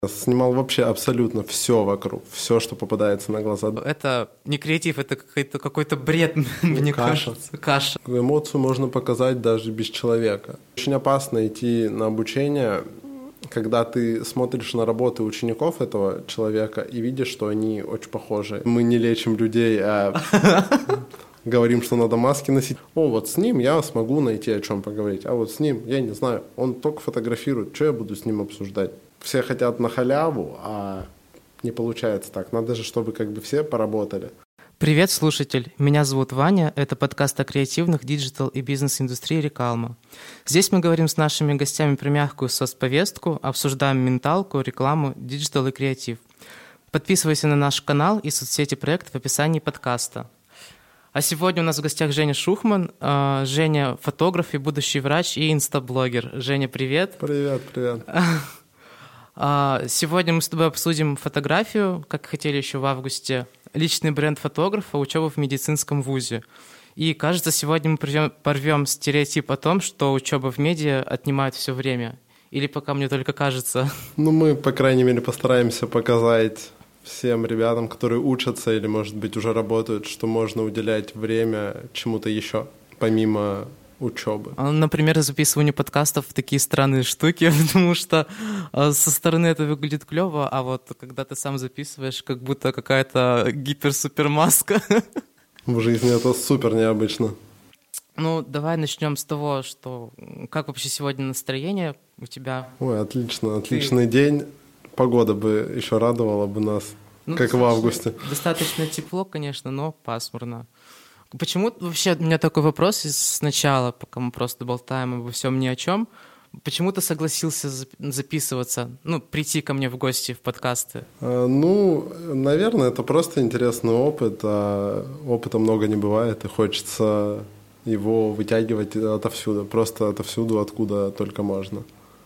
Снимал вообще абсолютно все вокруг, все, что попадается на глаза. Это не креатив, это какой-то бред, мне кажется. Каша. Эмоцию можно показать даже без человека. Очень опасно идти на обучение, когда ты смотришь на работы учеников этого человека и видишь, что они очень похожи. Мы не лечим людей, а говорим, что надо маски носить. Вот с ним я смогу найти о чем поговорить, а вот с ним, я не знаю, он только фотографирует, что я буду с ним обсуждать? Все хотят на халяву, а не получается так. Надо же, чтобы все поработали. Привет, слушатель. Меня зовут Ваня. Это подкаст о креативных, диджитал и бизнес-индустрии Рекалма. Здесь мы говорим с нашими гостями про мягкую соцповестку, обсуждаем менталку, рекламу, диджитал и креатив. Подписывайся на наш канал и соцсети проекта в описании подкаста. А сегодня у нас в гостях Женя Шухман. Женя – фотограф и будущий врач и инстаблогер. Женя, привет. Привет. Сегодня мы с тобой обсудим фотографию, как хотели еще в августе, личный бренд фотографа, учеба в медицинском вузе. И, кажется, сегодня мы порвем стереотип о том, что учеба в медиа отнимает все время. Или пока мне только кажется. Мы, по крайней мере, постараемся показать всем ребятам, которые учатся или, может быть, уже работают, что можно уделять время чему-то еще, помимо учебы. Например, записывание подкастов — такие странные штуки, потому что со стороны это выглядит клево, а вот когда ты сам записываешь, как будто какая-то гипер-супер-маска. В жизни это супер необычно. Давай начнем с того, что как вообще сегодня настроение у тебя? Отличный день. Погода бы еще радовала бы нас, как в августе. Достаточно тепло, конечно, но пасмурно. Почему вообще у меня такой вопрос сначала, пока мы просто болтаем обо всем ни о чем? Почему ты согласился записываться, прийти ко мне в гости в подкасты? Наверное, это просто интересный опыт, а опыта много не бывает, и хочется его вытягивать отовсюду, просто отовсюду, откуда только можно.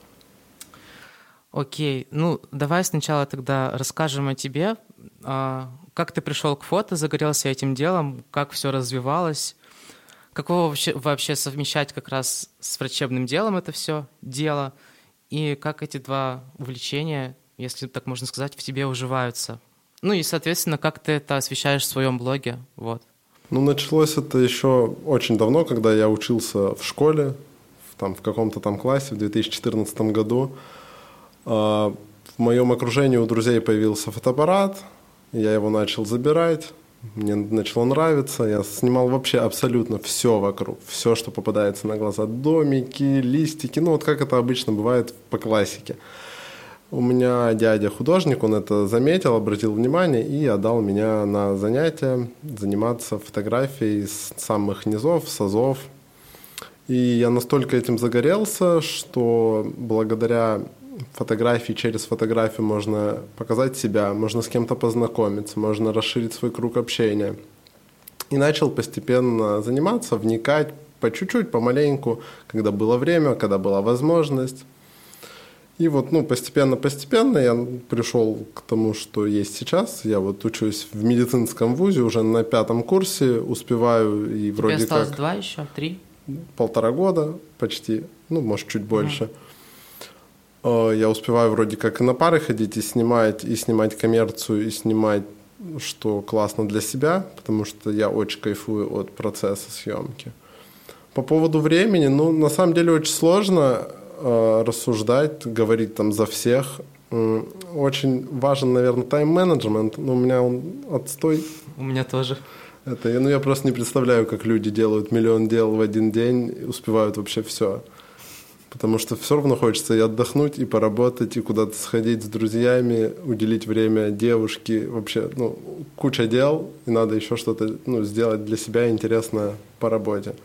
Окей, давай сначала тогда расскажем о тебе. Как ты пришел к фото, загорелся этим делом, как все развивалось, какого вообще совмещать как раз с врачебным делом это все дело, и как эти два увлечения, если так можно сказать, в тебе уживаются. И, соответственно, как ты это освещаешь в своем блоге, вот. Началось это еще очень давно, когда я учился в школе, в каком-то там классе, в 2014 году. В моем окружении у друзей появился фотоаппарат, я его начал забирать, мне начало нравиться, я снимал вообще абсолютно все вокруг, все, что попадается на глаза, домики, листики, как это обычно бывает по классике. У меня дядя художник, он это заметил, обратил внимание и отдал меня на занятия заниматься фотографией с самых низов, с азов. И я настолько этим загорелся, что благодаря фотографии, через фотографию можно показать себя, можно с кем-то познакомиться, можно расширить свой круг общения. И начал постепенно заниматься, вникать по чуть-чуть, помаленьку, когда было время, когда была возможность. И постепенно я пришел к тому, что есть сейчас. Я учусь в медицинском вузе уже на 5-м курсе, успеваю и вроде как... Тебе осталось 2 еще, 3? 1,5 года почти, может чуть больше. Я успеваю вроде как и на пары ходить, и снимать коммерцию, и снимать, что классно для себя, потому что я очень кайфую от процесса съемки. По поводу времени, на самом деле очень сложно рассуждать, говорить за всех. Очень важен, наверное, тайм-менеджмент, но у меня он отстой. У меня тоже. Я просто не представляю, как люди делают миллион дел в один день и успевают вообще все. Потому что все равно хочется и отдохнуть, и поработать, и куда-то сходить с друзьями, уделить время девушке. Вообще, куча дел, и надо еще что-то сделать для себя интересное по работе.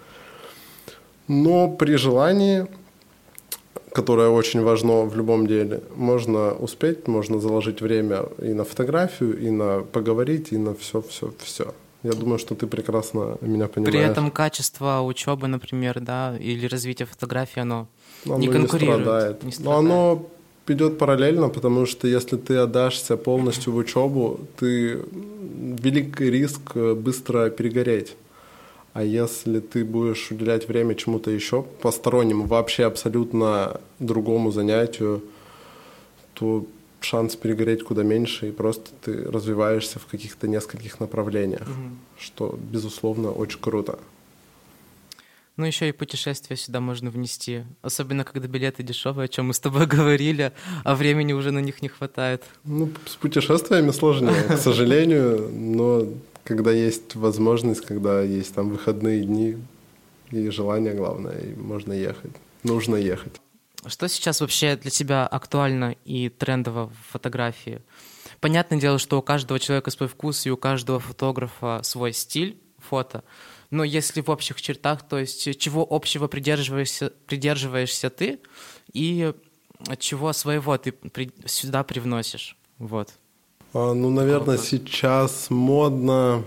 Но при желании, которое очень важно в любом деле, можно успеть, можно заложить время и на фотографию, и на поговорить, и на все. Я думаю, что ты прекрасно меня понимаешь. При этом качество учебы, например, или развитие фотографии, оно не конкурирует. Не страдает. Но оно идет параллельно, потому что если ты отдашься полностью в учебу, ты велик риск быстро перегореть. А если ты будешь уделять время чему-то еще постороннему, вообще абсолютно другому занятию, то шанс перегореть куда меньше, и просто ты развиваешься в каких-то нескольких направлениях, что, безусловно, очень круто. Ну, еще и путешествия сюда можно внести, особенно когда билеты дешевые, о чем мы с тобой говорили, а времени уже на них не хватает. Ну, с путешествиями сложнее, к сожалению, но когда есть возможность, когда есть там выходные дни и желание, главное, и можно ехать, нужно ехать. Что сейчас вообще для тебя актуально и трендово в фотографии? Понятное дело, что у каждого человека свой вкус и у каждого фотографа свой стиль фото, но если в общих чертах, то есть чего общего придерживаешься ты и чего своего ты сюда привносишь? Вот. Ну, наверное, сейчас модно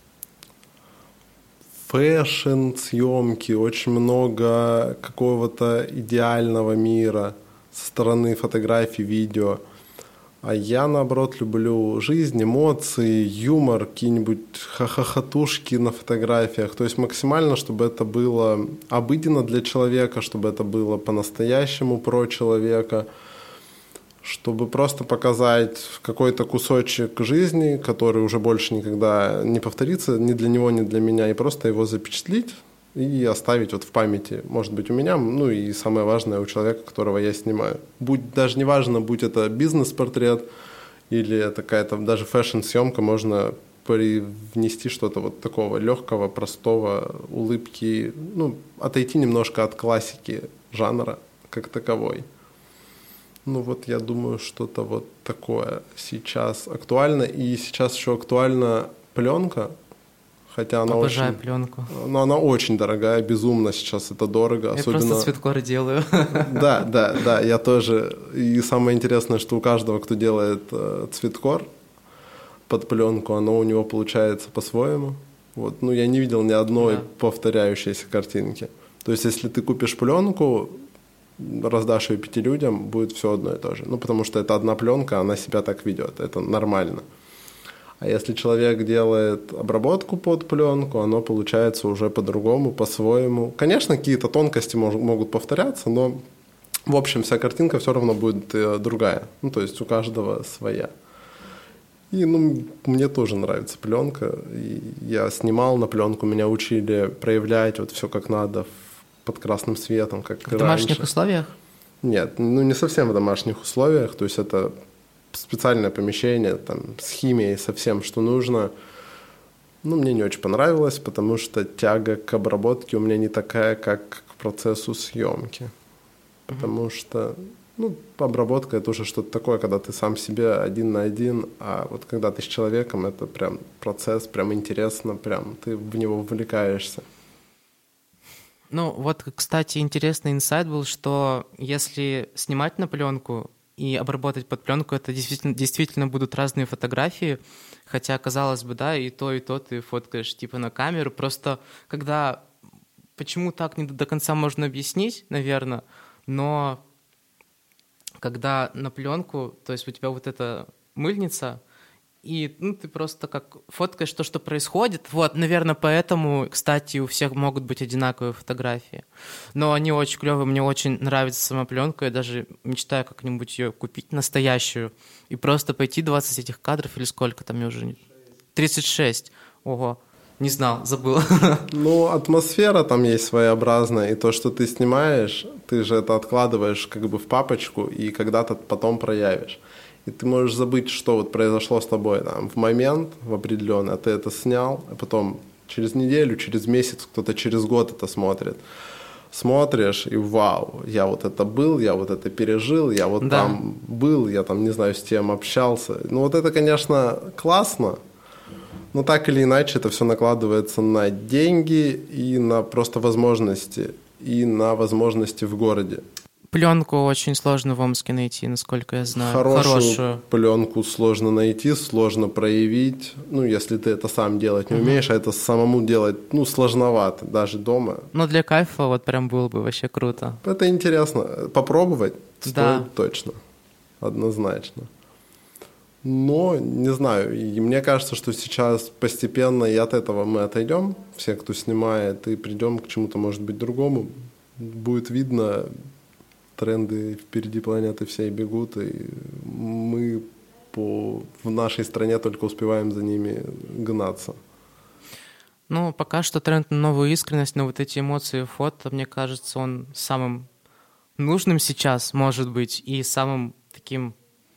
фэшн, съемки, очень много какого-то идеального мира со стороны фотографий, видео. А я, наоборот, люблю жизнь, эмоции, юмор, какие-нибудь хахахатушки на фотографиях. То есть максимально, чтобы это было обыденно для человека, чтобы это было по-настоящему про человека, чтобы просто показать какой-то кусочек жизни, который уже больше никогда не повторится ни для него, ни для меня, и просто его запечатлить и оставить вот в памяти, может быть, у меня, ну и самое важное, у человека, которого я снимаю. Даже не важно, будь это бизнес-портрет или это какая-то даже фэшн-съемка, можно привнести что-то вот такого легкого, простого, улыбки, ну, отойти немножко от классики жанра как таковой. Ну вот я думаю, что-то вот такое сейчас актуально. И сейчас еще актуальна пленка, хотя она Обожаю пленку. Но она очень дорогая, безумно сейчас это дорого. Я особенно... просто цветкор делаю. Да, я тоже. И самое интересное, что у каждого, кто делает цветкор под пленку, оно у него получается по-своему. Вот. Ну, я не видел ни одной повторяющейся картинки. То есть, если ты купишь пленку, раздашь ее 5 людям, будет все одно и то же. Ну, потому что это одна пленка, она себя так ведет, это нормально. А если человек делает обработку под пленку, оно получается уже по-другому, по-своему. Конечно, какие-то тонкости могут повторяться, но в общем вся картинка все равно будет другая. Ну, то есть у каждого своя. И мне тоже нравится пленка. И я снимал на пленку, меня учили проявлять вот все как надо под красным светом, как в домашних условиях? Нет, не совсем в домашних условиях. То есть это специальное помещение там, с химией, со всем, что нужно. Мне не очень понравилось, потому что тяга к обработке у меня не такая, как к процессу съемки. Потому что обработка — это уже что-то такое, когда ты сам себе один на один, а вот когда ты с человеком, это прям процесс, прям интересно, прям ты в него вовлекаешься. Вот, кстати, интересный инсайт был, что если снимать на пленку и обработать под пленку, это действительно будут разные фотографии, хотя, казалось бы, да, и то ты фоткаешь типа на камеру, просто когда, почему так не до конца можно объяснить, наверное, но когда на пленку, то есть у тебя вот эта мыльница, и ты просто как фоткаешь то, что происходит. Вот, наверное, поэтому, кстати, у всех могут быть одинаковые фотографии. Но они очень клевые, мне очень нравится сама пленка. Я даже мечтаю как-нибудь ее купить настоящую и просто пойти 20 этих кадров, или сколько там я уже... 36. Ого, не знал, забыл. Атмосфера там есть своеобразная, и то, что ты снимаешь, ты же это откладываешь как бы в папочку и когда-то потом проявишь. И ты можешь забыть, что вот произошло с тобой там, в момент, в определенный, а ты это снял, а потом через неделю, через месяц, кто-то через год это смотрит. Смотришь, и вау, я вот это был, я вот это пережил, я вот там был, я там, не знаю, с тем общался. Вот это, конечно, классно, но так или иначе это все накладывается на деньги и на просто возможности, и на возможности в городе. Пленку очень сложно в Омске найти, насколько я знаю. Хорошую пленку сложно найти, сложно проявить. Если ты это сам делать не умеешь, а это самому делать, сложновато, даже дома. Но для кайфа вот прям было бы вообще круто. Это интересно. Попробовать стоит точно. Однозначно. Но, не знаю, и мне кажется, что сейчас постепенно и от этого мы отойдем, все, кто снимает, и придем к чему-то, может быть, другому. Будет видно... тренды впереди планеты всей бегут, и мы в нашей стране только успеваем за ними гнаться. Ну, пока что тренд на новую искренность, на вот эти эмоции фото, мне кажется, он самым нужным сейчас, может быть, и самым таким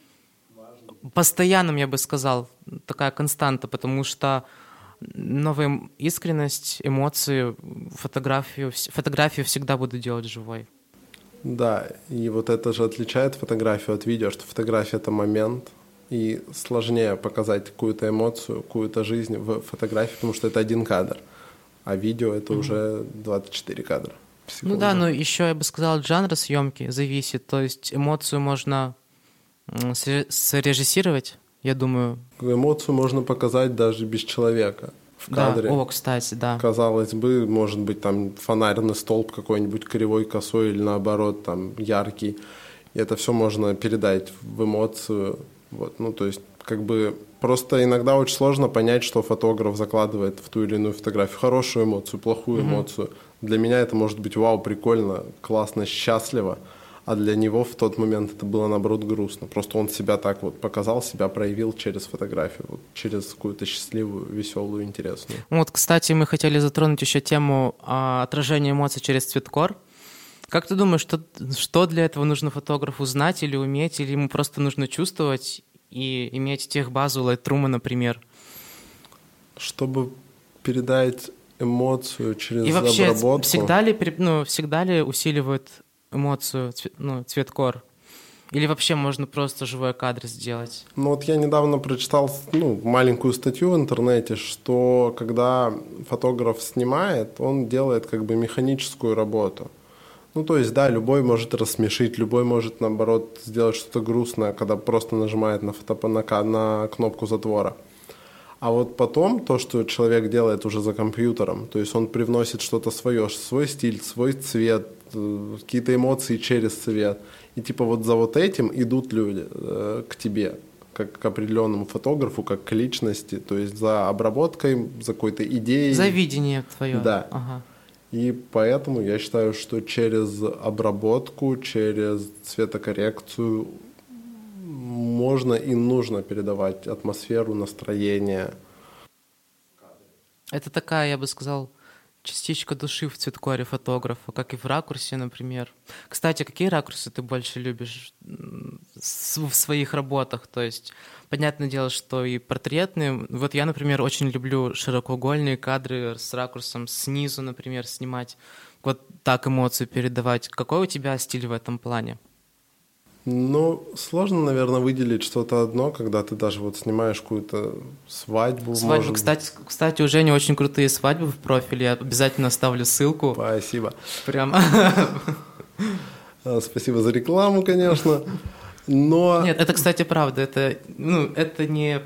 постоянным, я бы сказал, такая константа, потому что новая искренность, эмоции, фотографию всегда буду делать живой. Да, и вот это же отличает фотографию от видео, что фотография — это момент, и сложнее показать какую-то эмоцию, какую-то жизнь в фотографии, потому что это один кадр, а видео — это уже 24 кадра. Ну да, но еще я бы сказал, от жанра съемки зависит, то есть эмоцию можно срежиссировать, я думаю. Эмоцию можно показать даже без человека в кадре. Да, кстати, да. Казалось бы, может быть, там фонарный столб какой-нибудь кривой, косой или наоборот, там яркий. И это все можно передать в эмоцию. Вот. Ну, то есть, как бы просто иногда очень сложно понять, что фотограф закладывает в ту или иную фотографию. Хорошую эмоцию, плохую эмоцию. Для меня это может быть вау, прикольно, классно, счастливо. А для него в тот момент это было, наоборот, грустно. Просто он себя так вот показал, себя проявил через фотографию, вот, через какую-то счастливую, веселую, интересную. Вот, кстати, мы хотели затронуть еще тему отражения эмоций через цветкор. Как ты думаешь, что для этого нужно фотографу знать или уметь, или ему просто нужно чувствовать и иметь техбазу Lightroom, например? Чтобы передать эмоцию через и вообще, обработку... всегда ли усиливает эмоцию цветкор? Или вообще можно просто живой кадр сделать? Ну вот я недавно прочитал маленькую статью в интернете, что когда фотограф снимает, он делает как бы механическую работу. Ну то есть да, любой может рассмешить, любой может наоборот сделать что-то грустное, когда просто нажимает на кнопку затвора. А вот потом то, что человек делает уже за компьютером, то есть он привносит что-то свое, свой стиль, свой цвет, какие-то эмоции через цвет. И типа вот за вот этим идут люди к тебе, как к определенному фотографу, как к личности, то есть за обработкой, за какой-то идеей. За видение твое. Да. Ага. И поэтому я считаю, что через обработку, через цветокоррекцию можно и нужно передавать атмосферу, настроение. Это такая, я бы сказал, частичка души в цветкоре фотографа, как и в ракурсе, например. Кстати, какие ракурсы ты больше любишь в своих работах? То есть, понятное дело, что и портретные. Вот я, например, очень люблю широкоугольные кадры с ракурсом снизу, например, снимать. Вот так эмоцию передавать. Какой у тебя стиль в этом плане? Ну, сложно, наверное, выделить что-то одно, когда ты даже вот снимаешь какую-то свадьбу. Свадьбу, кстати, у Жени очень крутые свадьбы в профиле, я обязательно оставлю ссылку. Спасибо. Прям. Спасибо за рекламу, конечно. Но... Нет, это, кстати, правда, это не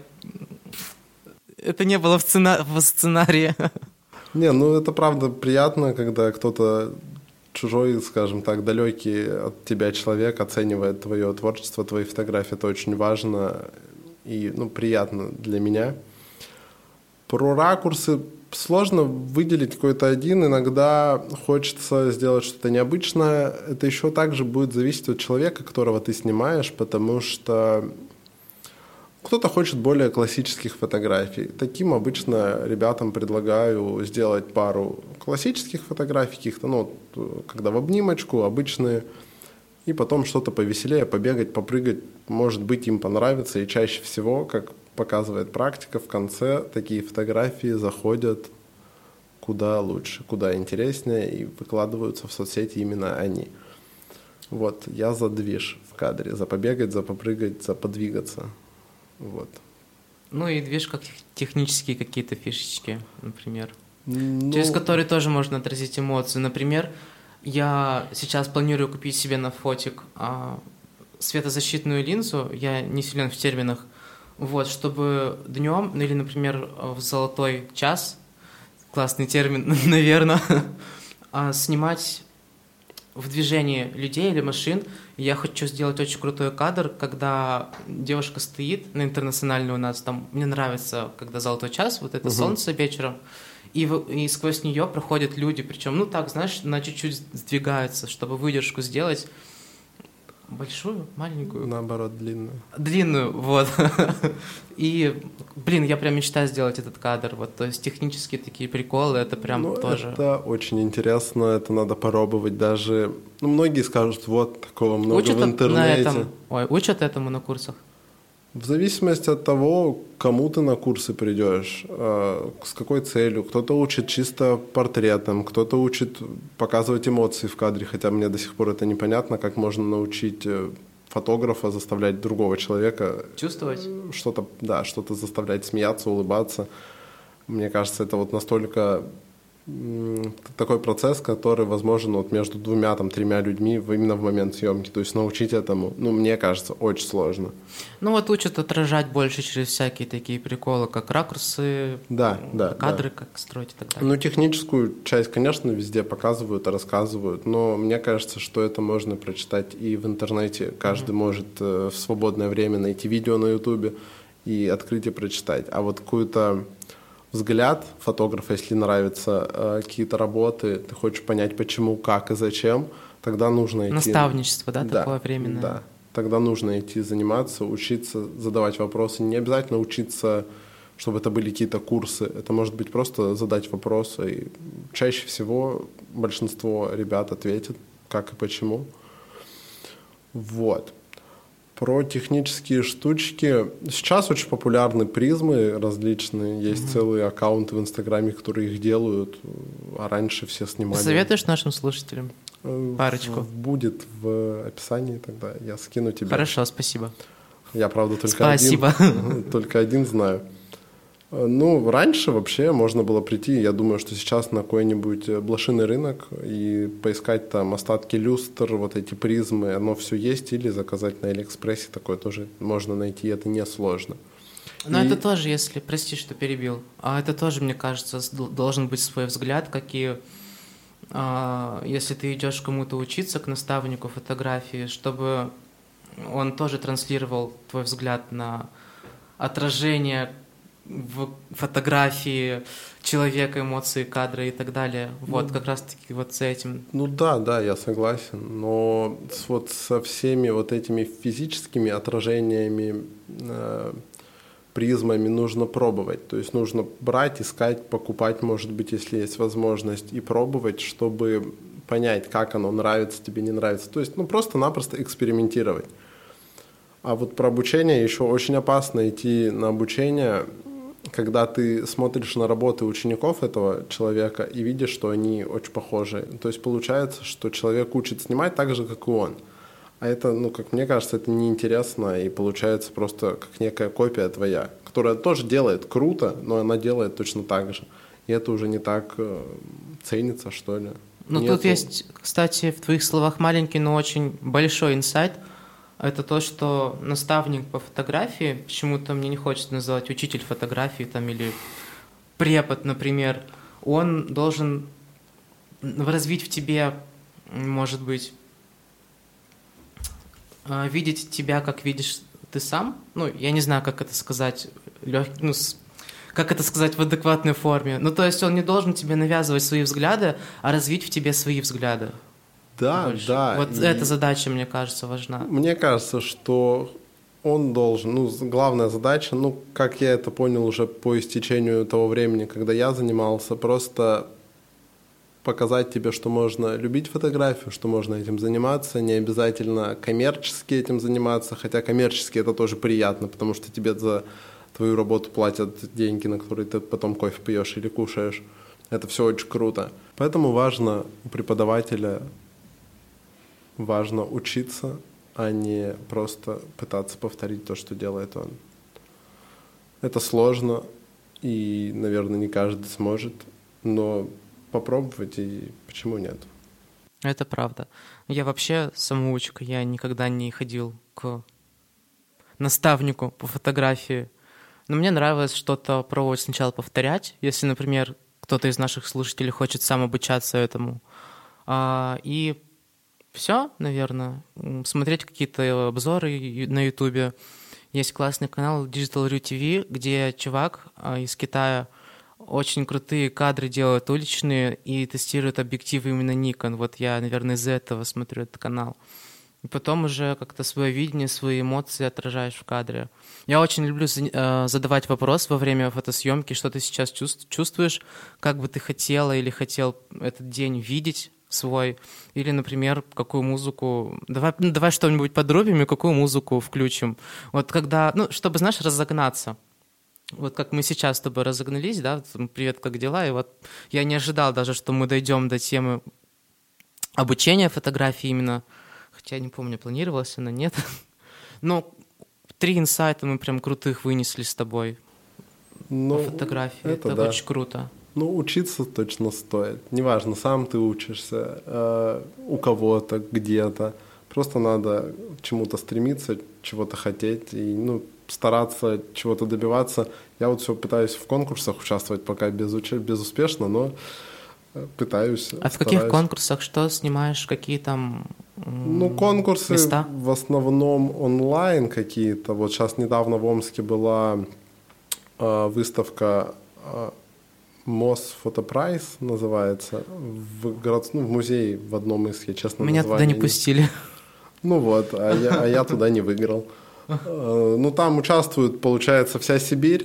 было в сценарии. Не, это правда приятно, когда кто-то чужой, скажем так, далекий от тебя человек оценивает твое творчество, твои фотографии. Это очень важно и приятно для меня. Про ракурсы сложно выделить какой-то один. Иногда хочется сделать что-то необычное. Это еще также будет зависеть от человека, которого ты снимаешь, потому что кто-то хочет более классических фотографий. Таким обычно ребятам предлагаю сделать пару классических фотографий, каких-то, когда в обнимочку, обычные, и потом что-то повеселее, побегать, попрыгать. Может быть, им понравится, и чаще всего, как показывает практика, в конце такие фотографии заходят куда лучше, куда интереснее, и выкладываются в соцсети именно они. Вот, я за движ в кадре, за побегать, за попрыгать, за подвигаться. Вот. И движ как технические какие-то фишечки, например, через которые тоже можно отразить эмоции. Например, я сейчас планирую купить себе на фотик светозащитную линзу, я не силен в терминах, вот, чтобы днем, или, например, в золотой час, классный термин, наверное, снимать в движении людей или машин. Я хочу сделать очень крутой кадр, когда девушка стоит на Интернациональной у нас, там, мне нравится, когда золотой час, вот это солнце вечером, и сквозь нее проходят люди, причем, на чуть-чуть сдвигаются, чтобы выдержку сделать. Большую, маленькую? Наоборот, длинную. Длинную, вот. И, я прям мечтаю сделать этот кадр. Вот, то есть технические такие приколы, это прям тоже... Это очень интересно, это надо попробовать даже... многие скажут, вот, такого много учат в интернете. На этом, учат этому на курсах? В зависимости от того, кому ты на курсы придешь, с какой целью. Кто-то учит чисто портретом, кто-то учит показывать эмоции в кадре, хотя мне до сих пор это непонятно, как можно научить фотографа заставлять другого человека... Чувствовать? Что-то заставлять смеяться, улыбаться. Мне кажется, это вот настолько такой процесс, который возможен вот между 2-3 людьми именно в момент съемки. То есть научить этому, мне кажется, очень сложно. Учат отражать больше через всякие такие приколы, как ракурсы, кадры, как строить и так далее. Техническую часть, конечно, везде показывают, рассказывают, но мне кажется, что это можно прочитать и в интернете. Каждый может в свободное время найти видео на Ютубе и открыть и прочитать. А вот какую-то взгляд фотографа, если нравятся какие-то работы, ты хочешь понять, почему, как и зачем, тогда нужно идти... Наставничество, такое временное? Да, тогда нужно идти заниматься, учиться, задавать вопросы. Не обязательно учиться, чтобы это были какие-то курсы. Это может быть просто задать вопросы. И чаще всего большинство ребят ответит, как и почему. Вот. Про технические штучки. Сейчас очень популярны призмы различные. Есть целые аккаунты в Инстаграме, которые их делают. А раньше все снимали. Советуешь нашим слушателям парочку? Будет в описании тогда. Я скину тебе. Хорошо, спасибо. Я, правда, Спасибо. только один знаю. Раньше вообще можно было прийти, я думаю, что сейчас на какой-нибудь блошиный рынок и поискать там остатки люстр, вот эти призмы, оно все есть, или заказать на Алиэкспрессе, такое тоже можно найти, это несложно. Но это тоже, если, прости, что перебил, это тоже, мне кажется, должен быть свой взгляд, какие, если ты идешь кому-то учиться, к наставнику фотографии, чтобы он тоже транслировал твой взгляд на отражение в фотографии человека, эмоции, кадры и так далее. Вот, как раз-таки вот с этим. Да, я согласен. Но вот со всеми вот этими физическими отражениями, призмами нужно пробовать. То есть нужно брать, искать, покупать, может быть, если есть возможность, и пробовать, чтобы понять, как оно нравится тебе, не нравится. То есть просто-напросто экспериментировать. А вот про обучение еще очень опасно идти на обучение, когда ты смотришь на работы учеников этого человека и видишь, что они очень похожи. То есть получается, что человек учит снимать так же, как и он. А это, как мне кажется, это неинтересно, и получается просто как некая копия твоя, которая тоже делает круто, но она делает точно так же. И это уже не так ценится, что ли. Тут есть, кстати, в твоих словах маленький, но очень большой инсайт. Это то, что наставник по фотографии, почему-то мне не хочется называть учитель фотографии или препод, например, он должен развить в тебе, может быть, видеть тебя, как видишь ты сам. Я не знаю, как это сказать, как это сказать в адекватной форме. То есть он не должен тебе навязывать свои взгляды, а развить в тебе свои взгляды. Да. Вот эта задача, мне кажется, важна. Мне кажется, что он должен, главная задача, как я это понял уже по истечению того времени, когда я занимался, просто показать тебе, что можно любить фотографию, что можно этим заниматься, не обязательно коммерчески этим заниматься, хотя коммерчески это тоже приятно, потому что тебе за твою работу платят деньги, на которые ты потом кофе пьешь или кушаешь. Это все очень круто. Поэтому важно у преподавателя учиться, а не просто пытаться повторить то, что делает он. Это сложно, и, наверное, не каждый сможет, но попробовать, и почему нет? Это правда. Я вообще самоучка, я никогда не ходил к наставнику по фотографии, но мне нравилось что-то пробовать сначала повторять, если, например, кто-то из наших слушателей хочет сам обучаться этому. И все, наверное. Смотреть какие-то обзоры на Ютубе. Есть классный канал Digital.ru TV, где чувак из Китая очень крутые кадры делает уличные и тестирует объективы именно Nikon. Вот я, наверное, из-за этого смотрю этот канал. и потом уже как-то свое видение, свои эмоции отражаешь в кадре. Я очень люблю задавать вопрос во время фотосъемки, что ты сейчас чувствуешь, как бы ты хотела или хотел этот день видеть свой, или, например, какую музыку... Давай что-нибудь подрубим и какую музыку включим. Вот когда, ну, чтобы, знаешь, разогнаться. Вот как мы сейчас с тобой разогнались, да, привет, как дела, и вот я не ожидал даже, что мы дойдем до темы обучения фотографии именно, хотя я не помню, планировалось она, нет. Но 3 инсайта мы прям крутых вынесли с тобой по фотографии, это да. Очень круто. Ну, учиться точно стоит. Неважно, сам ты учишься, у кого-то, где-то. Просто надо к чему-то стремиться, чего-то хотеть и, ну, стараться чего-то добиваться. Я вот все пытаюсь в конкурсах участвовать, пока безуспешно, но пытаюсь. А в каких конкурсах что снимаешь? Какие там Ну, конкурсы места? В основном онлайн какие-то. Вот сейчас недавно в Омске была выставка МОС Фотопрайс называется, в музее в одном из, я честно, Меня туда не пустили. Ну вот, а я туда не выиграл. Ну, там участвует, получается, вся Сибирь.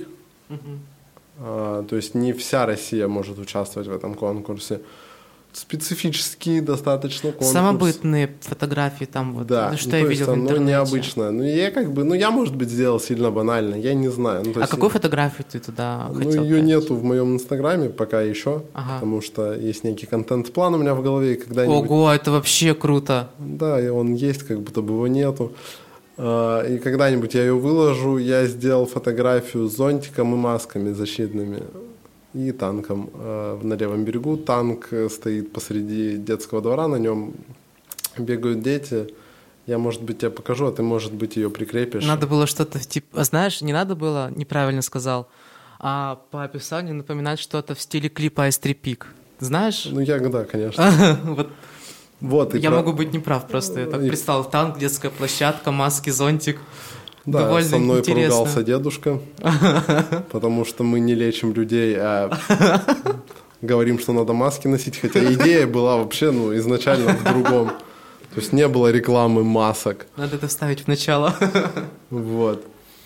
То есть не вся Россия может участвовать в этом конкурсе. Специфический достаточно конкурс. Самобытные фотографии там вот, да, что я видел в интернете. Необычно. Ну, я я, может быть, сделал сильно банально, я не знаю. Ну, какую фотографию ты туда хотел? Ну, ее нету в моем инстаграме пока еще, потому что есть некий контент-план у меня в голове, и когда-нибудь... Ого, это вообще круто! Да, и он есть, как будто бы его нету. И когда-нибудь я ее выложу. Я сделал фотографию с зонтиком и масками защитными и танком на левом берегу. Танк стоит посреди детского двора, на нем бегают дети. Я, может быть, тебе покажу, а ты, может быть, ее прикрепишь. Надо было что-то типа... Знаешь, не надо было, неправильно сказал, а по описанию напоминать что-то в стиле клипа Ice Tree Peak. Знаешь? Ну, да, конечно. Вот, я могу быть неправ, просто я так представил, танк, детская площадка, маски, зонтик. Да, довольно со мной интересно. поругался дедушка, потому что мы не лечим людей, а говорим, что надо маски носить, хотя идея была вообще изначально в другом. То есть не было рекламы масок. Надо это вставить в начало. Вот.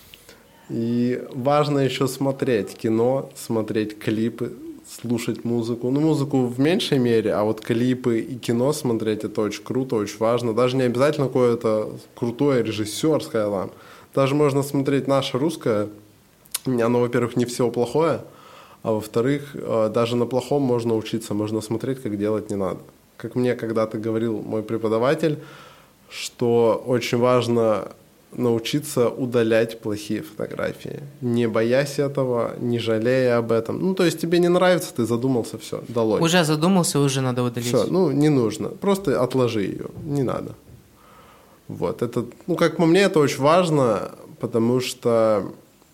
И важно еще смотреть кино, смотреть клипы, слушать музыку. Ну, музыку в меньшей мере, а вот клипы и кино смотреть — это очень круто, очень важно. Даже не обязательно какое-то крутое режиссерское там. Даже можно смотреть наше русское. Оно, во-первых, не все плохое, а во-вторых, даже на плохом можно учиться, можно смотреть, как делать не надо. Как мне когда-то говорил мой преподаватель, что очень важно научиться удалять плохие фотографии, не боясь этого, не жалея об этом. Ну, то есть тебе не нравится, ты задумался, все, долой. Уже задумался, уже надо удалить. Все, не нужно, просто отложи ее, не надо. Вот, это, как по мне, это очень важно, потому что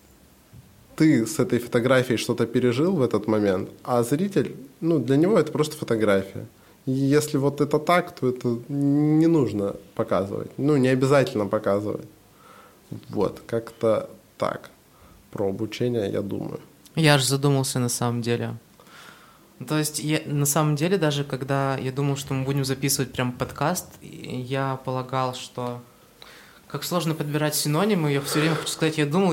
ты с этой фотографией что-то пережил в этот момент, а зритель, для него это просто фотография. И если вот это так, то это не нужно показывать, не обязательно показывать. Вот, как-то так. Про обучение, я думаю. Я же задумался на самом деле. То есть, на самом деле, даже когда я думал, что мы будем записывать прям подкаст, я полагал, что как сложно подбирать синонимы, я все время хочу сказать «я думал».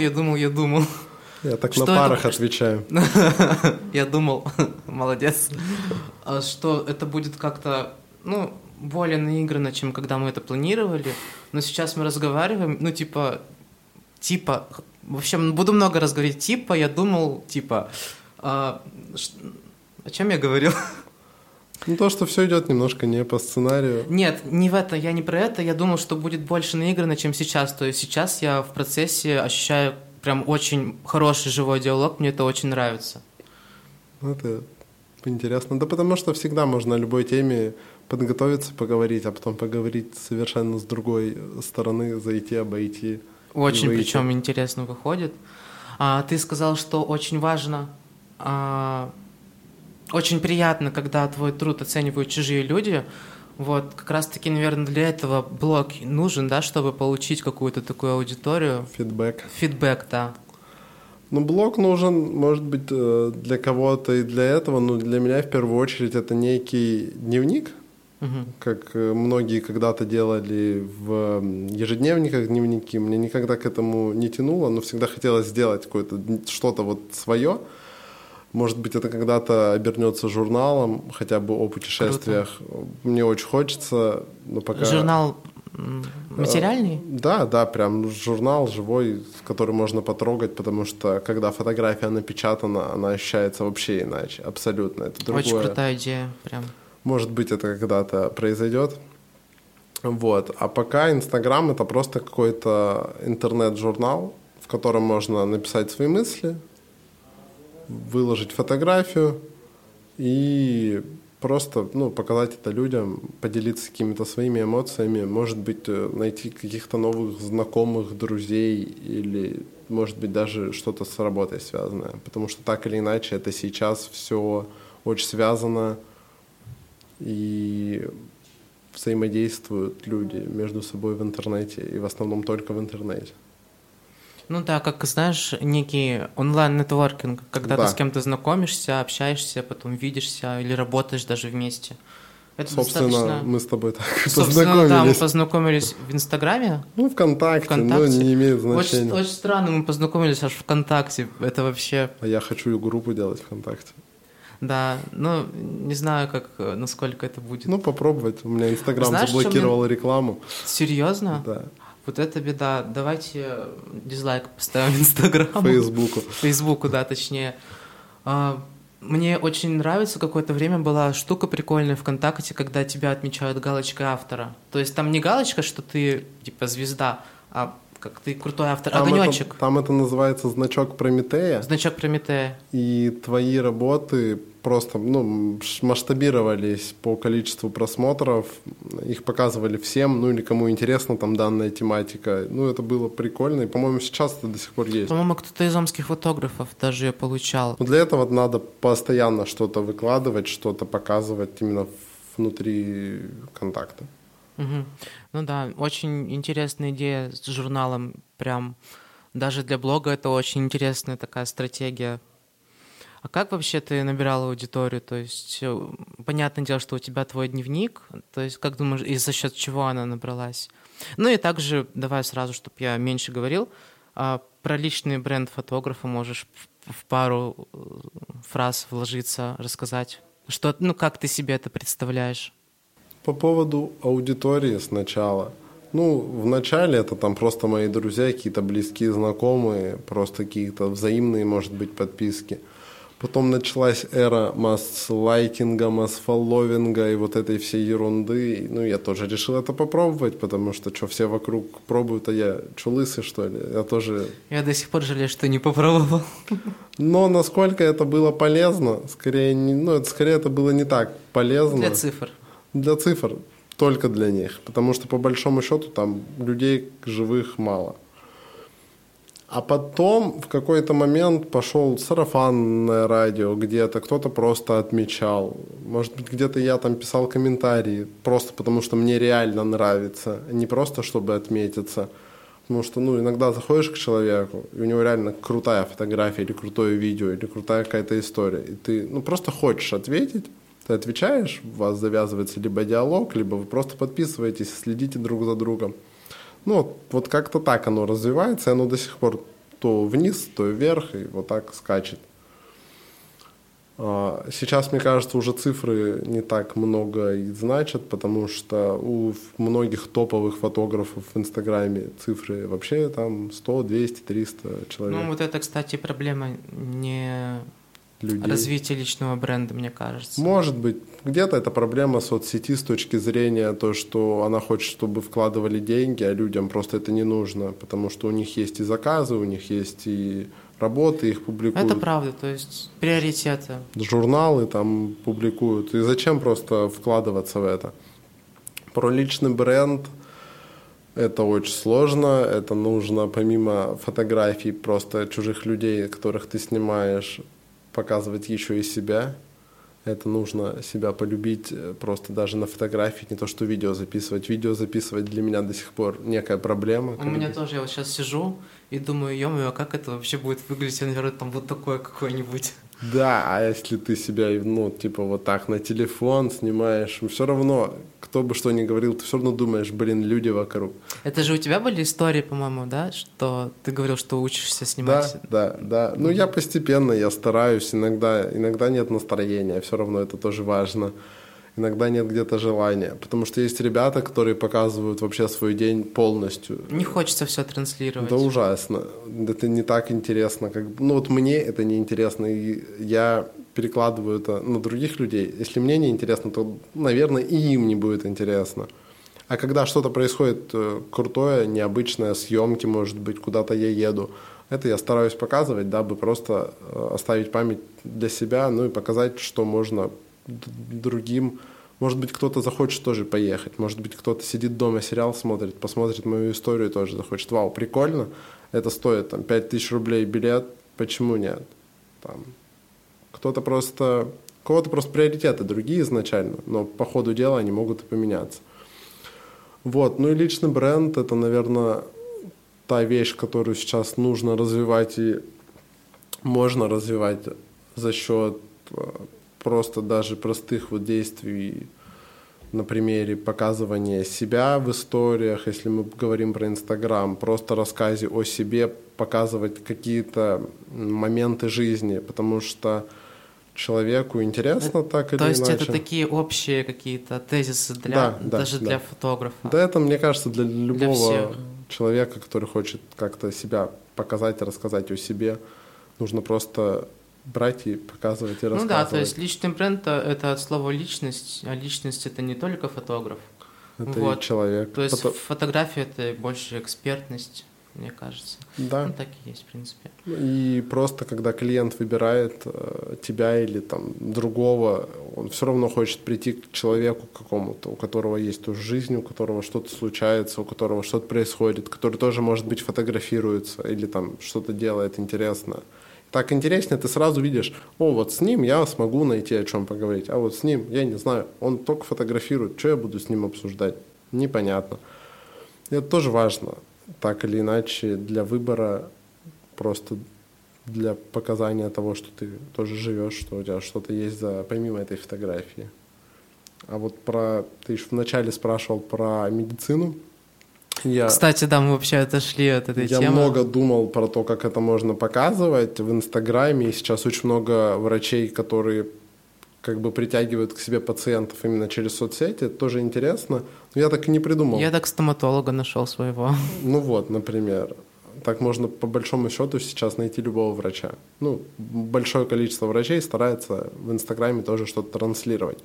Я так на парах отвечаю. Я думал, молодец, что это будет как-то, более наигранно, чем когда мы это планировали. Но сейчас мы разговариваем, в общем, буду много раз говорить, я думал, о чем я говорил? То, что все идет немножко не по сценарию. Нет, не в это, я не про это, я думал, что будет больше наигранно, чем сейчас. То есть сейчас я в процессе ощущаю прям очень хороший живой диалог, мне это очень нравится. Это интересно. Да потому что всегда можно о любой теме подготовиться, поговорить, а потом поговорить совершенно с другой стороны, зайти, обойти. Очень, причем интересно выходит. Ты сказал, что очень важно, очень приятно, когда твой труд оценивают чужие люди. Вот, как раз-таки, наверное, для этого блог нужен, да, чтобы получить какую-то такую аудиторию. Фидбэк, да. Блог нужен, может быть, для кого-то и для этого, но для меня в первую очередь это некий дневник, Как многие когда-то делали в ежедневниках дневники. Мне никогда к этому не тянуло, но всегда хотелось сделать какое-то что-то вот свое. Может быть, это когда-то обернется журналом, хотя бы о путешествиях. Круто. Мне очень хочется, но пока... Журнал материальный? Да, прям журнал живой, который можно потрогать, потому что когда фотография напечатана, она ощущается вообще иначе, абсолютно. Это другое. Очень крутая идея, прям. Может быть, это когда-то произойдет. Вот. А пока Инстаграм — это просто какой-то интернет-журнал, в котором можно написать свои мысли, выложить фотографию и просто показать это людям, поделиться какими-то своими эмоциями, может быть, найти каких-то новых знакомых, друзей или, может быть, даже что-то с работой связанное. Потому что так или иначе это сейчас все очень связано, и взаимодействуют люди между собой в интернете, и в основном только в интернете. Ну да, как знаешь, некий онлайн-нетворкинг, когда ты с кем-то знакомишься, общаешься, потом видишься или работаешь даже вместе. Это собственно, достаточно... мы с тобой так познакомились. Да, мы познакомились в Инстаграме. ВКонтакте, но не имеет значения. Очень странно, мы познакомились аж ВКонтакте, это вообще... А я хочу группу делать ВКонтакте. Да, не знаю, насколько это будет. Попробовать. У меня Инстаграм заблокировал рекламу. Серьезно? Да. Вот это беда. Давайте дизлайк поставим Инстаграму. Фейсбуку, да, точнее. Мне очень нравится, какое-то время была штука прикольная ВКонтакте, когда тебя отмечают галочкой автора. То есть там не галочка, что ты типа звезда, а как ты крутой автор, огонечек. Там это называется значок Прометея. Значок Прометея. И твои работы просто масштабировались по количеству просмотров, их показывали всем, или кому интересна там данная тематика. Это было прикольно, и, по-моему, сейчас это до сих пор есть. По-моему, кто-то из омских фотографов даже ее получал. Для этого надо постоянно что-то выкладывать, что-то показывать именно внутри контакта. Угу. Ну да, очень интересная идея с журналом, прям даже для блога это очень интересная такая стратегия. А как вообще ты набирала аудиторию? То есть, понятное дело, что у тебя твой дневник, то есть, как думаешь, и за счет чего она набралась? И также, давай сразу, чтобы я меньше говорил, про личный бренд фотографа можешь в пару фраз вложиться, рассказать. Как ты себе это представляешь? По поводу аудитории сначала. Вначале это там просто мои друзья, какие-то близкие знакомые, просто какие-то взаимные, может быть, подписки. Потом началась эра масс-лайкинга, масс-фолловинга и вот этой всей ерунды. Я тоже решил это попробовать, потому что все вокруг пробуют, а я лысый, что ли? Я до сих пор жалею, что не попробовал. Но насколько это было полезно, скорее это было не так полезно. Для цифр. Для цифр, только для них. Потому что, по большому счету, там людей живых мало. А потом в какой-то момент пошел сарафанное радио где-то, кто-то просто отмечал. Может быть, где-то я там писал комментарии, просто потому что мне реально нравится, не просто чтобы отметиться. Потому что, иногда заходишь к человеку, и у него реально крутая фотография, или крутое видео, или крутая какая-то история. И ты, просто хочешь ответить, ты отвечаешь, у вас завязывается либо диалог, либо вы просто подписываетесь, следите друг за другом. Вот как-то так оно развивается, и оно до сих пор то вниз, то вверх, и вот так скачет. Сейчас, мне кажется, уже цифры не так много и значат, потому что у многих топовых фотографов в Инстаграме цифры вообще там 100, 200, 300 человек. Вот это, кстати, проблема не... людей. Развитие личного бренда, мне кажется. Может быть. Где-то это проблема соцсети с точки зрения того, что она хочет, чтобы вкладывали деньги, а людям просто это не нужно, потому что у них есть и заказы, у них есть и работы, их публикуют. Это правда, то есть приоритеты. Журналы там публикуют. И зачем просто вкладываться в это? Про личный бренд это очень сложно, это нужно помимо фотографий просто чужих людей, которых ты снимаешь, показывать еще и себя. Это нужно себя полюбить просто даже на фотографии, не то что видео записывать. Видео записывать для меня до сих пор некая проблема. У меня тоже, я вот сейчас сижу и думаю, ё-моё, а как это вообще будет выглядеть, наверное, там вот такое какое-нибудь. Да, а если ты себя, ну, типа вот так на телефон снимаешь, все равно, кто бы что ни говорил, ты все равно думаешь, блин, люди вокруг. Это же у тебя были истории, по-моему, да, что ты говорил, что учишься снимать? Да. Ну, я постепенно, я стараюсь, иногда нет настроения, все равно это тоже важно. Иногда нет где-то желания, потому что есть ребята, которые показывают вообще свой день полностью. Не хочется все транслировать. Да ужасно. Это не так интересно. Ну вот мне это не интересно, и я перекладываю это на других людей. Если мне не интересно, то, наверное, и им не будет интересно. А когда что-то происходит крутое, необычное, съемки, может быть, куда-то я еду, это я стараюсь показывать, дабы просто оставить память для себя, ну и показать, что можно другим. Может быть, кто-то захочет тоже поехать. Может быть, кто-то сидит дома, сериал смотрит, посмотрит мою историю и тоже захочет. Вау, прикольно. Это стоит там 5000 рублей билет. Почему нет? Там, у кого-то просто приоритеты другие изначально, но по ходу дела они могут и поменяться. Вот. Ну и личный бренд — это, наверное, та вещь, которую сейчас нужно развивать и можно развивать за счет просто даже простых вот действий на примере показывания себя в историях, если мы говорим про Инстаграм, просто рассказе о себе, показывать какие-то моменты жизни, потому что человеку интересно так или иначе. То есть это такие общие какие-то тезисы для фотографа? Да, это, мне кажется, для любого человека, который хочет как-то себя показать, рассказать о себе, нужно просто брать и показывать и рассказывать. Ну да, то есть личный бренд — это от слова личность, а личность — это не только фотограф. Это вот. И человек. То есть фотография — это больше экспертность, мне кажется. Да. Ну так и есть, в принципе. И просто когда клиент выбирает тебя или там другого, он все равно хочет прийти к человеку какому-то, у которого есть тоже жизнь, у которого что-то случается, у которого что-то происходит, который тоже, может быть, фотографируется или там что-то делает интересное. Так интереснее, ты сразу видишь, вот с ним я смогу найти о чем поговорить, а вот с ним, я не знаю, он только фотографирует, что я буду с ним обсуждать, непонятно. И это тоже важно, так или иначе, для выбора, просто для показания того, что ты тоже живешь, что у тебя что-то есть помимо этой фотографии. А вот ты еще вначале спрашивал про медицину. Кстати, да, мы вообще отошли от этой темы. Я много думал про то, как это можно показывать в Инстаграме. И сейчас очень много врачей, которые как бы притягивают к себе пациентов именно через соцсети. Это тоже интересно. Но я так и не придумал. Я так стоматолога нашел своего. Ну вот, например. Так можно по большому счету сейчас найти любого врача. Ну, большое количество врачей старается в Инстаграме тоже что-то транслировать.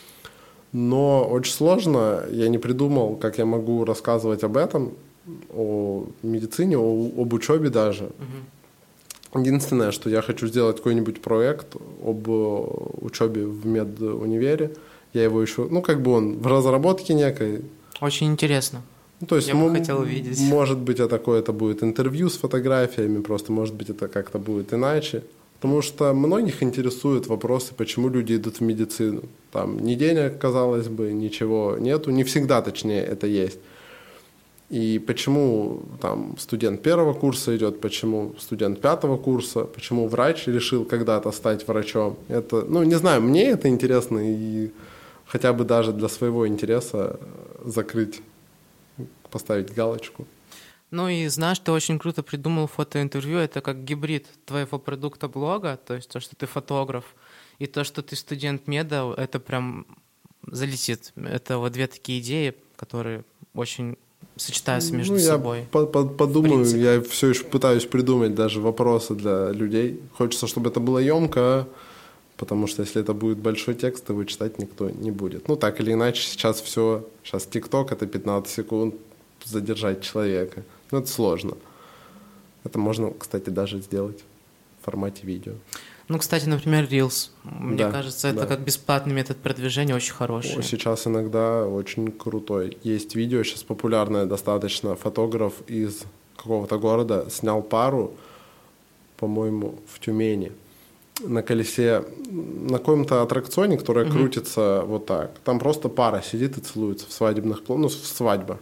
Но очень сложно, я не придумал, как я могу рассказывать об этом, о медицине, об учебе даже. Единственное, что я хочу сделать какой-нибудь проект об учебе в медунивере. Я его еще, он в разработке некой. Очень интересно. То есть, я бы хотел увидеть. Может быть, это будет интервью с фотографиями, просто, может быть, это как-то будет иначе. Потому что многих интересуют вопросы, почему люди идут в медицину. Там ни денег, казалось бы, ничего нету. Не всегда, точнее, это есть. И почему там студент первого курса идет, почему студент пятого курса, почему врач решил когда-то стать врачом. Это, не знаю, мне это интересно, и хотя бы даже для своего интереса закрыть, поставить галочку. Ну и знаешь, ты очень круто придумал фотоинтервью. Это как гибрид твоего продукта блога, то есть то, что ты фотограф, и то, что ты студент меда, это прям залетит. Это вот две такие идеи, которые очень сочетаются между собой. Я подумаю, я все еще пытаюсь придумать даже вопросы для людей. Хочется, чтобы это было емко, потому что если это будет большой текст, его читать никто не будет. Так или иначе, сейчас ТикТок — это 15 секунд задержать человека. Это сложно. Это можно, кстати, даже сделать в формате видео. Кстати, например, Reels. Мне кажется, это как бесплатный метод продвижения, очень хороший. Сейчас иногда очень крутой. Есть видео, сейчас популярное достаточно. Фотограф из какого-то города снял пару, по-моему, в Тюмени, на колесе, на каком-то аттракционе, который крутится вот так. Там просто пара сидит и целуется в свадебных планах, свадьба.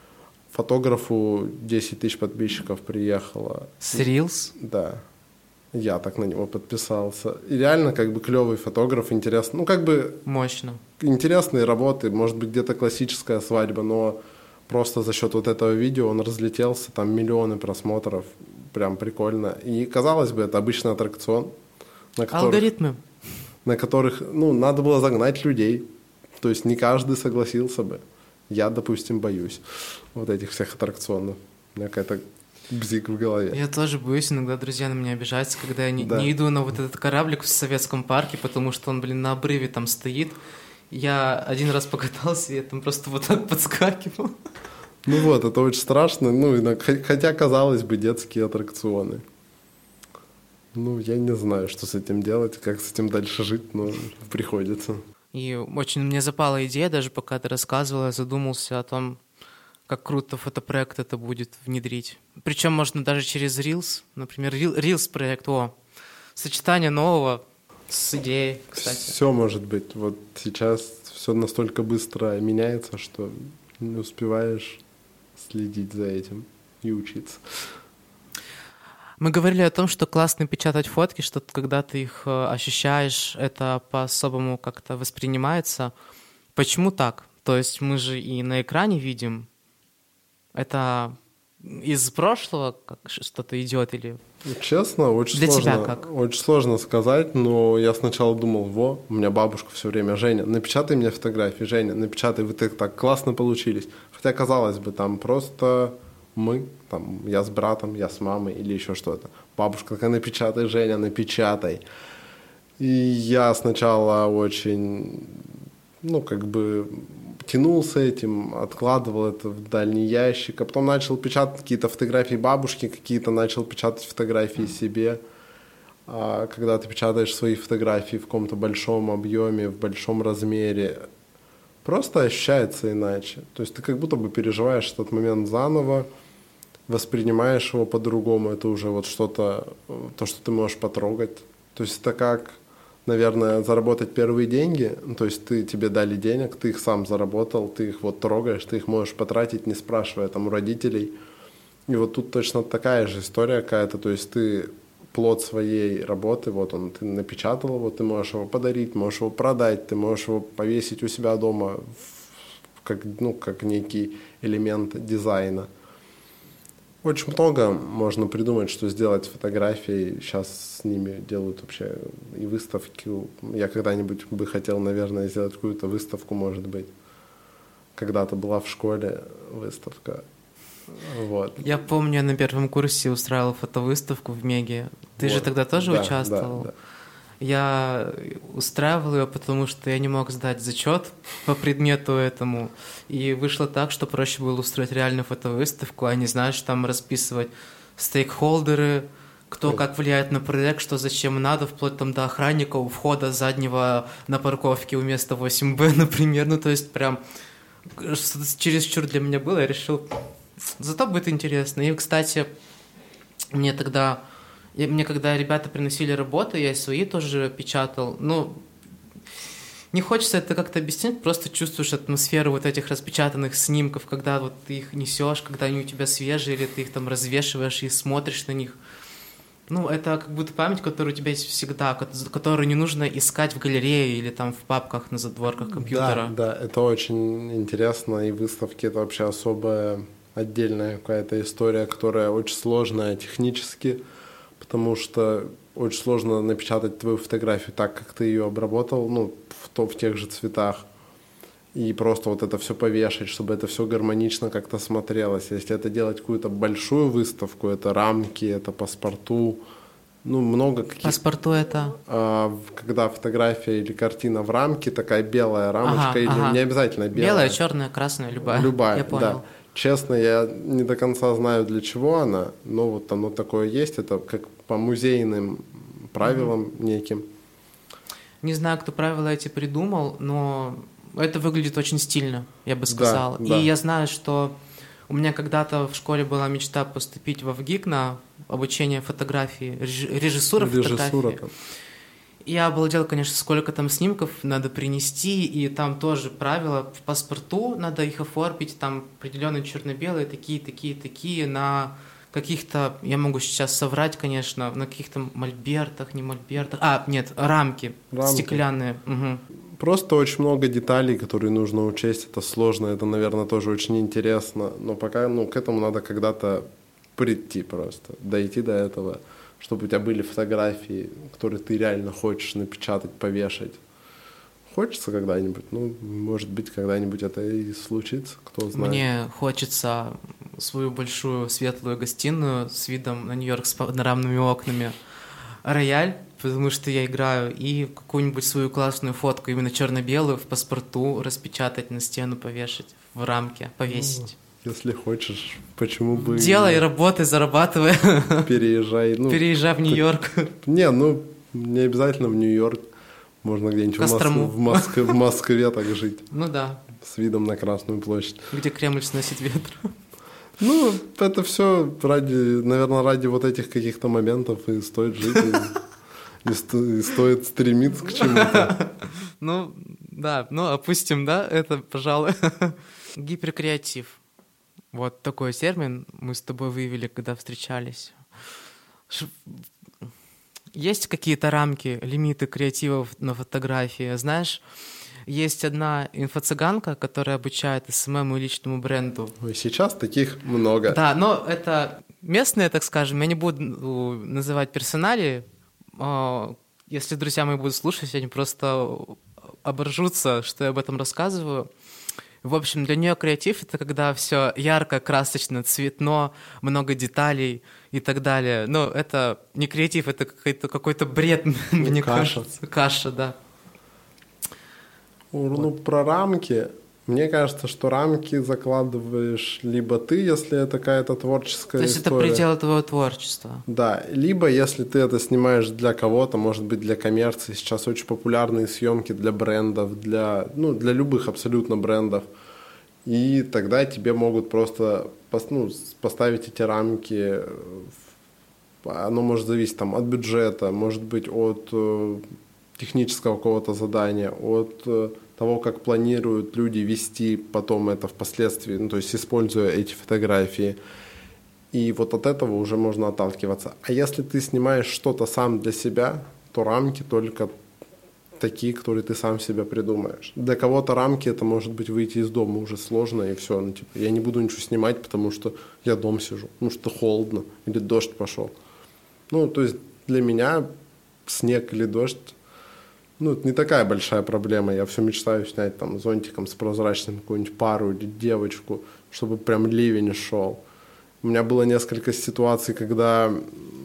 Фотографу 10 тысяч подписчиков приехало. С Reels? Да. Я так на него подписался. И реально как бы клевый фотограф, интересно. Ну, как бы... Мощно. Интересные работы, может быть, где-то классическая свадьба, но просто за счет вот этого видео он разлетелся, там миллионы просмотров, прям прикольно. И, казалось бы, это обычный аттракцион, Алгоритмы. На которых, ну, надо было загнать людей. То есть не каждый согласился бы. Я, допустим, боюсь вот этих всех аттракционов. У меня какая-то бзик в голове. Я тоже боюсь, иногда друзья на меня обижаются, когда я не иду на вот этот кораблик в советском парке, потому что он, на обрыве там стоит. Я один раз покатался, и я там просто вот так подскакивал. Ну вот, это очень страшно. Ну, хотя, казалось бы, детские аттракционы. Ну, я не знаю, что с этим делать, как с этим дальше жить, но приходится. И очень мне запала идея, даже пока ты рассказывала, я задумался о том, как круто фотопроект это будет внедрить. Причем можно даже через Reels, например, Reels проект, сочетание нового с идеей, кстати. Все может быть. Вот сейчас все настолько быстро меняется, что не успеваешь следить за этим и учиться. Мы говорили о том, что классно печатать фотки, что когда ты их ощущаешь, это по-особому как-то воспринимается. Почему так? То есть мы же и на экране видим, это из прошлого как что-то идет или... Честно, очень для сложно, тебя как? очень сложно сказать, но я сначала думал, у меня бабушка все время: Женя, напечатай мне фотографии, Женя, напечатай, вы так классно получились. Хотя, казалось бы, там просто мы, там, я с братом, я с мамой или еще что-то. Бабушка такая: напечатай, Женя, напечатай. И я сначала очень, тянул с этим, откладывал это в дальний ящик, а потом начал печатать какие-то фотографии бабушки, какие-то начал печатать фотографии себе. А когда ты печатаешь свои фотографии в каком-то большом объеме, в большом размере, просто ощущается иначе. То есть ты как будто бы переживаешь этот момент заново, воспринимаешь его по-другому. Это уже вот что-то, то, что ты можешь потрогать. То есть это как, наверное, заработать первые деньги. То есть тебе дали денег, ты их сам заработал, ты их вот трогаешь, ты их можешь потратить, не спрашивая там у родителей. И вот тут точно такая же история какая-то. То есть ты плод своей работы, вот он, ты напечатал его, ты можешь его подарить, можешь его продать, ты можешь его повесить у себя дома как некий элемент дизайна. Очень много можно придумать, что сделать с фотографией. Сейчас с ними делают вообще и выставки. Я когда-нибудь бы хотел, наверное, сделать какую-то выставку, может быть. Когда-то была в школе выставка. Вот. Я помню, я на первом курсе устраивал фотовыставку в Меге. Ты же тогда тоже участвовал? Да. Я устраивал ее, потому что я не мог сдать зачет по предмету этому. И вышло так, что проще было устроить реальную фотовыставку, а не, знаешь, там расписывать стейкхолдеры, кто как влияет на проект, что зачем надо, вплоть там до охранника у входа заднего на парковке у места 8Б, например. Ну, то есть прям чересчур для меня было. Я решил, зато будет интересно. И, кстати, мне когда ребята приносили работы, я свои тоже печатал. Ну, не хочется это как-то объяснять, просто чувствуешь атмосферу вот этих распечатанных снимков, когда вот ты их несешь, когда они у тебя свежие, или ты их там развешиваешь и смотришь на них. Ну, это как будто память, которая у тебя есть всегда, которую не нужно искать в галерее или там в папках на задворках компьютера. Да, это очень интересно, и выставки — это вообще особая, отдельная какая-то история, которая очень сложная технически, потому что очень сложно напечатать твою фотографию так, как ты ее обработал, в тех же цветах, и просто вот это все повешать, чтобы это все гармонично как-то смотрелось. Если это делать какую-то большую выставку, это рамки, это паспорту, много каких... Паспорту это? Когда фотография или картина в рамке, такая белая рамочка, не обязательно белая. Белая, черная, красная, любая. Любая, я понял. Да. Честно, я не до конца знаю, для чего она, но вот оно такое есть, это как по музейным правилам неким. Не знаю, кто правила эти придумал, но это выглядит очень стильно, я бы сказал. Да. И я знаю, что у меня когда-то в школе была мечта поступить во ВГИК на обучение фотографии, режиссура фотографии. Там. Я обалдел, конечно, сколько там снимков надо принести, и там тоже правила в паспорту, надо их оформить, там определенные черно-белые, такие, на каких-то, я могу сейчас соврать, конечно, на каких-то мольбертах, не мольбертах. Нет, рамки. Стеклянные. Угу. Просто очень много деталей, которые нужно учесть. Это сложно, это, наверное, тоже очень интересно. Но пока, к этому надо когда-то прийти просто, дойти до этого, чтобы у тебя были фотографии, которые ты реально хочешь напечатать, повешать. Хочется когда-нибудь, может быть, когда-нибудь это и случится, кто знает. Мне хочется свою большую светлую гостиную с видом на Нью-Йорк с панорамными окнами, рояль, потому что я играю, и какую-нибудь свою классную фотку, именно черно-белую, в паспорту распечатать, на стену повешать, в рамке повесить. Если хочешь, почему бы... Делай, работай, зарабатывай. Переезжай. Переезжай в Нью-Йорк. Не обязательно в Нью-Йорк. Можно где-нибудь в Москве так жить. Ну да. С видом на Красную площадь. Где Кремль сносит ветер. Это все ради вот этих каких-то моментов и стоит жить, и стоит стремиться к чему-то. Опустим, да, это, пожалуй. Гиперкреатив. Вот такой термин мы с тобой выявили, когда встречались. Есть какие-то рамки, лимиты креатива на фотографии? Знаешь, есть одна инфо-цыганка, которая обучает СММ и личному бренду. Сейчас таких много. Да, но это местные, так скажем. Я не буду называть персоналии. Если друзья мои будут слушать, они просто оборжутся, что я об этом рассказываю. В общем, для нее креатив — это когда все ярко, красочно, цветно, много деталей и так далее. Но это не креатив, это какой-то бред, мне кажется. Каша, да. Про рамки. Мне кажется, что рамки закладываешь либо ты, если это какая-то творческая история. То есть это предел твоего творчества. Да, либо если ты это снимаешь для кого-то, может быть, для коммерции. Сейчас очень популярные съемки для брендов, для любых абсолютно брендов. И тогда тебе могут просто поставить эти рамки. Оно может зависеть от бюджета, может быть, от технического какого-то задания, от того, как планируют люди вести потом это впоследствии, то есть используя эти фотографии. И вот от этого уже можно отталкиваться. А если ты снимаешь что-то сам для себя, то рамки только такие, которые ты сам себе придумаешь. Для кого-то рамки — это может быть выйти из дома уже сложно, и все. Я не буду ничего снимать, потому что я дома сижу, потому что холодно, или дождь пошел. То есть для меня снег или дождь это не такая большая проблема. Я все мечтаю снять зонтиком с прозрачным какую-нибудь пару или девочку, чтобы прям ливень шел. У меня было несколько ситуаций, когда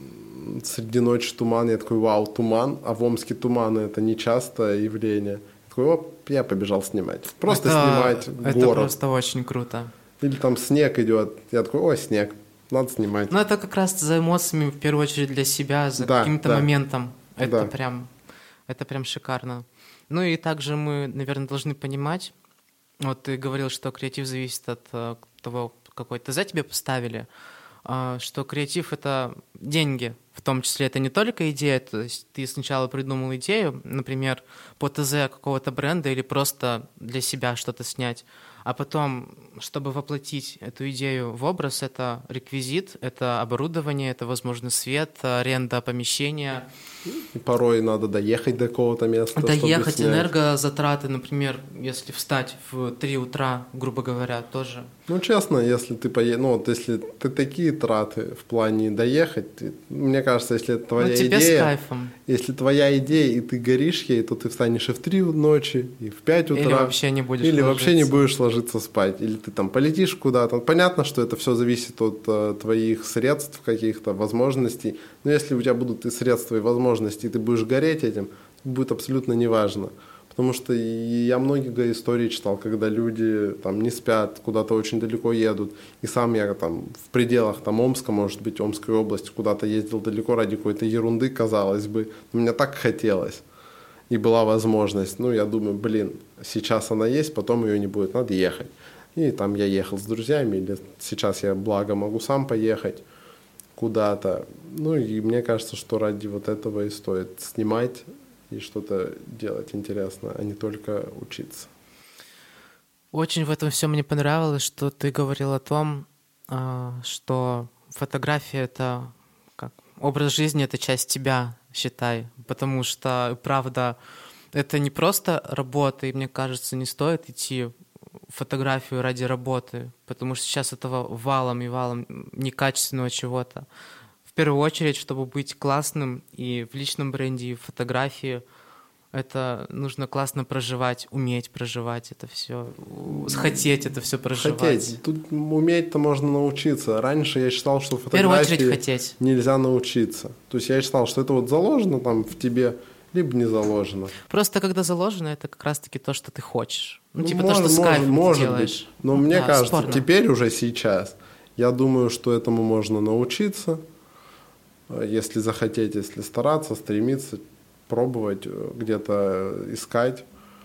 среди ночи туман, я такой: вау, туман, а в Омске туманы — это нечастое явление. Я такой: я побежал снимать. Просто снимать город. Это просто очень круто. Или снег идет, я такой: снег, надо снимать. Это как раз за эмоциями, в первую очередь для себя, за каким-то моментом. Это прям шикарно. И также мы, наверное, должны понимать, вот ты говорил, что креатив зависит от того, какой ТЗ тебе поставили, что креатив — это деньги, в том числе это не только идея, то есть ты сначала придумал идею, например, по ТЗ какого-то бренда или просто для себя что-то снять, а потом, чтобы воплотить эту идею в образ, это реквизит, это оборудование, это, возможно, свет, аренда помещения. И порой надо доехать до какого-то места. Доехать, энергозатраты, например, если встать в 3 утра, грубо говоря, тоже. Честно, если ты если ты такие траты в плане доехать, мне кажется, если это твоя тебе идея, с кайфом. Если твоя идея, и ты горишь ей, то ты встанешь и в 3 ночи, и в 5 утра. Или вообще не будешь Или вообще не будешь ложиться спать. Или ты полетишь куда-то. Понятно, что это все зависит от твоих средств, каких-то возможностей. Но если у тебя будут и средства, и возможности, и ты будешь гореть этим, будет абсолютно неважно. Потому что я много историй читал, когда люди не спят, куда-то очень далеко едут. И сам я в пределах Омска, может быть, Омской области, куда-то ездил далеко ради какой-то ерунды, казалось бы. Но мне так хотелось. И была возможность. Я думаю, сейчас она есть, потом ее не будет, надо ехать. И я ехал с друзьями, или сейчас я, благо, могу сам поехать куда-то. И мне кажется, что ради вот этого и стоит снимать и что-то делать интересно, а не только учиться. Очень в этом всем мне понравилось, что ты говорил о том, что фотография — это как образ жизни, это часть тебя, считай, потому что, правда, это не просто работа, и мне кажется, не стоит идти в фотографию ради работы, потому что сейчас этого валом и валом некачественного чего-то. В первую очередь, чтобы быть классным и в личном бренде, и в фотографии, это нужно классно проживать, уметь проживать это все, хотеть это все проживать. Хотеть. Тут уметь-то можно научиться. Раньше я считал, что в первую очередь фотографии хотеть. Нельзя научиться. То есть я считал, что это вот заложено там в тебе, либо не заложено. Просто когда заложено, это как раз-таки то, что ты хочешь. Ну, типа то, что с кайфом может ты делаешь. быть. Но мне кажется, спорно. теперь уже сейчас, я думаю, что этому можно научиться, если захотеть, если стараться, стремиться, пробовать, где-то искать.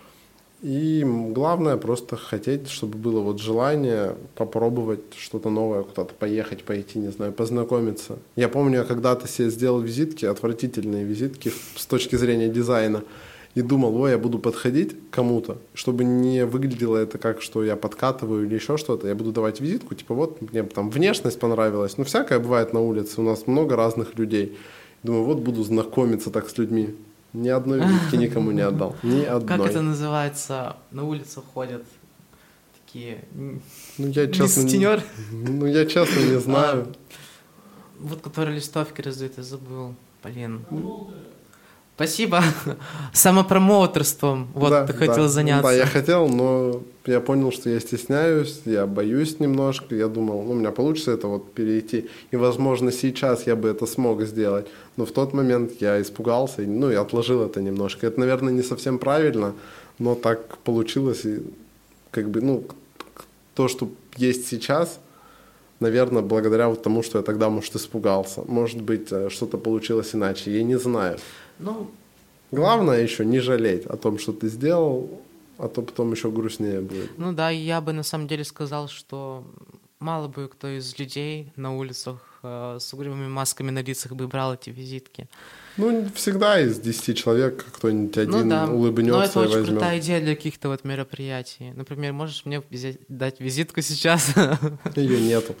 И главное просто хотеть, чтобы было вот желание попробовать что-то новое, куда-то поехать, пойти, не знаю, познакомиться. Я помню, я когда-то себе сделал визитки, отвратительные визитки с точки зрения дизайна, и думал, ой, я буду подходить к кому-то, чтобы не выглядело это как, что я подкатываю или еще что-то. Я буду давать визитку, типа вот мне там внешность понравилась. Ну, всякое бывает на улице, у нас много разных людей. Думаю, вот буду знакомиться так с людьми. Ни одной визитки никому не отдал. Ни одной. Как это называется? На улицу ходят такие... Ну, я честно, листенер? Ну, я честно не знаю. Вот которые листовки раздают, я забыл. Блин. Спасибо. Самопромоутерством. Вот да, ты хотел заняться. Да, я хотел, но я понял, что я стесняюсь, я боюсь немножко. Я думал, ну, у меня получится это вот перейти. И, возможно, сейчас я бы это смог сделать. Но в тот момент я испугался, ну, и отложил это немножко. Это, наверное, не совсем правильно, но так получилось. И как бы, ну, то, что есть сейчас, наверное, благодаря вот тому, что я тогда, может, испугался. Может быть, что-то получилось иначе, я не знаю. Ну, главное еще не жалеть о том, что ты сделал, а то потом еще грустнее будет. Ну да, я бы на самом деле сказал, что мало бы кто из людей на улицах с угрюмыми масками на лицах бы брал эти визитки. Ну, всегда из 10 человек кто-нибудь один улыбнется и возьмет. Но это очень крутая идея для каких-то вот мероприятий. Например, можешь мне дать визитку сейчас? Ее нету.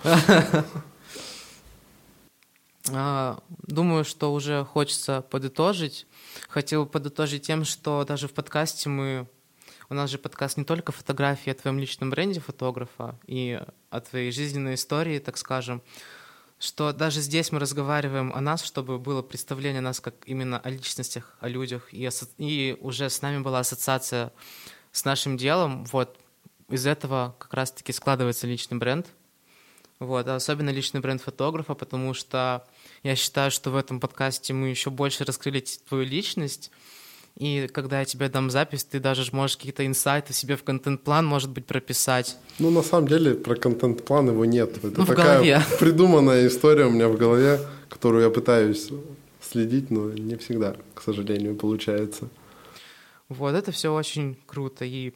Думаю, что уже хочется подытожить. Хотел подытожить тем, что даже в подкасте у нас же подкаст не только фотографии о твоем личном бренде фотографа и о твоей жизненной истории, так скажем, что даже здесь мы разговариваем о нас, чтобы было представление о нас как именно о личностях, о людях, и уже с нами была ассоциация с нашим делом. Вот из этого как раз-таки складывается личный бренд. Вот, а особенно личный бренд фотографа, потому что я считаю, что в этом подкасте мы еще больше раскрыли твою личность, и когда я тебе дам запись, ты даже можешь какие-то инсайты себе в контент-план, может быть, прописать. Ну, на самом деле, про контент-план его нет. Это в голове. Придуманная история у меня в голове, которую я пытаюсь следить, но не всегда, к сожалению, получается. Вот, это все очень круто, и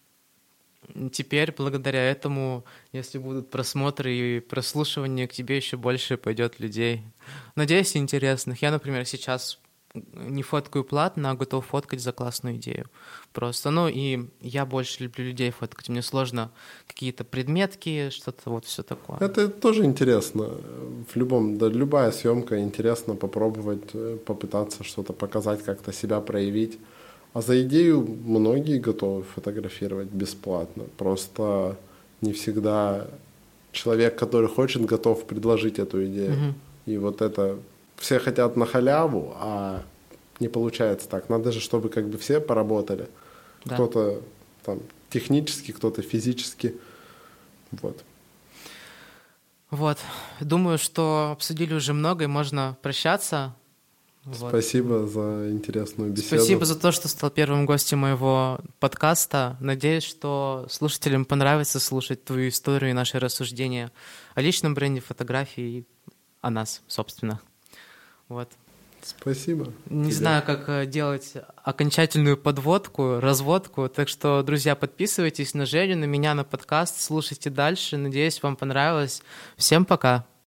теперь, благодаря этому, если будут просмотры и прослушивания, к тебе еще больше пойдет людей. Надеюсь, интересных. Я, например, сейчас не фоткаю платно, а готов фоткать за классную идею. Просто. Ну, и я больше люблю людей фоткать. Мне сложно какие-то предметки, что-то вот все такое. Это тоже интересно. Любая съемка интересно попробовать, попытаться что-то показать, как-то себя проявить. А за идею многие готовы фотографировать бесплатно. Просто не всегда человек, который хочет, готов предложить эту идею. Угу. И вот это... Все хотят на халяву, а не получается так. Надо же, чтобы как бы все поработали. Да. Кто-то там технически, кто-то физически. Вот. Вот. Думаю, что обсудили уже много, и можно прощаться. Вот. Спасибо за интересную беседу. Спасибо за то, что стал первым гостем моего подкаста. Надеюсь, что слушателям понравится слушать твою историю и наши рассуждения о личном бренде фотографии и о нас, собственно. Вот. Спасибо. Не знаю, как делать окончательную подводку, разводку. Так что, друзья, подписывайтесь на Женю, на меня, на подкаст, слушайте дальше. Надеюсь, вам понравилось. Всем пока.